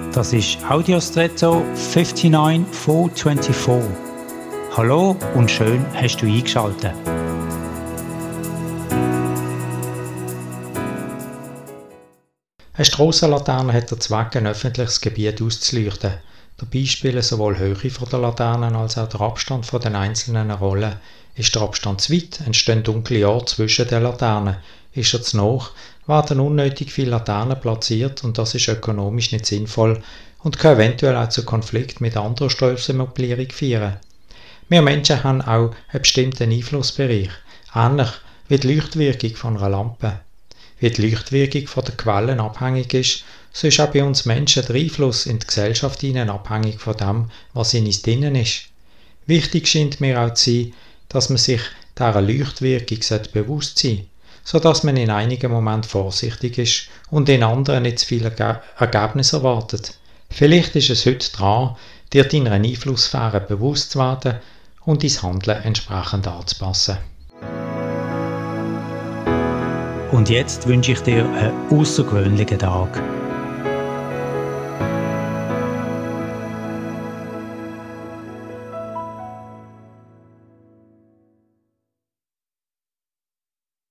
Das ist Audiostretto 59424. Hallo und schön hast du eingeschaltet. Eine Strassenlaterne hat den Zweck, ein öffentliches Gebiet auszuleuchten. Dabei spielen sowohl die Höhe der Laternen als auch der Abstand von den einzelnen eine Rolle. Ist der Abstand zu weit, entstehen dunkle Orte zwischen den Laternen. Ist er zu nah, werden unnötig viele Laternen platziert und das ist ökonomisch nicht sinnvoll und kann eventuell auch zu Konflikten mit anderer Strassenmöblierung führen. Wir Menschen haben auch einen bestimmten Einflussbereich, ähnlich wie die Leuchtwirkung von einer Lampe. Wie die Leuchtwirkung von den Quellen abhängig ist, so ist auch bei uns Menschen der Einfluss in die Gesellschaft abhängig von dem, was in uns drinnen ist. Wichtig scheint mir auch zu sein, dass man sich dieser Leuchtwirkung bewusst sein sollte, sodass man in einigen Momenten vorsichtig ist und in anderen nicht zu viele Ergebnisse erwartet. Vielleicht ist es heute dran, dir deiner Einflusssphäre bewusst zu werden und dein Handeln entsprechend anzupassen. Und jetzt wünsche ich dir einen außergewöhnlichen Tag.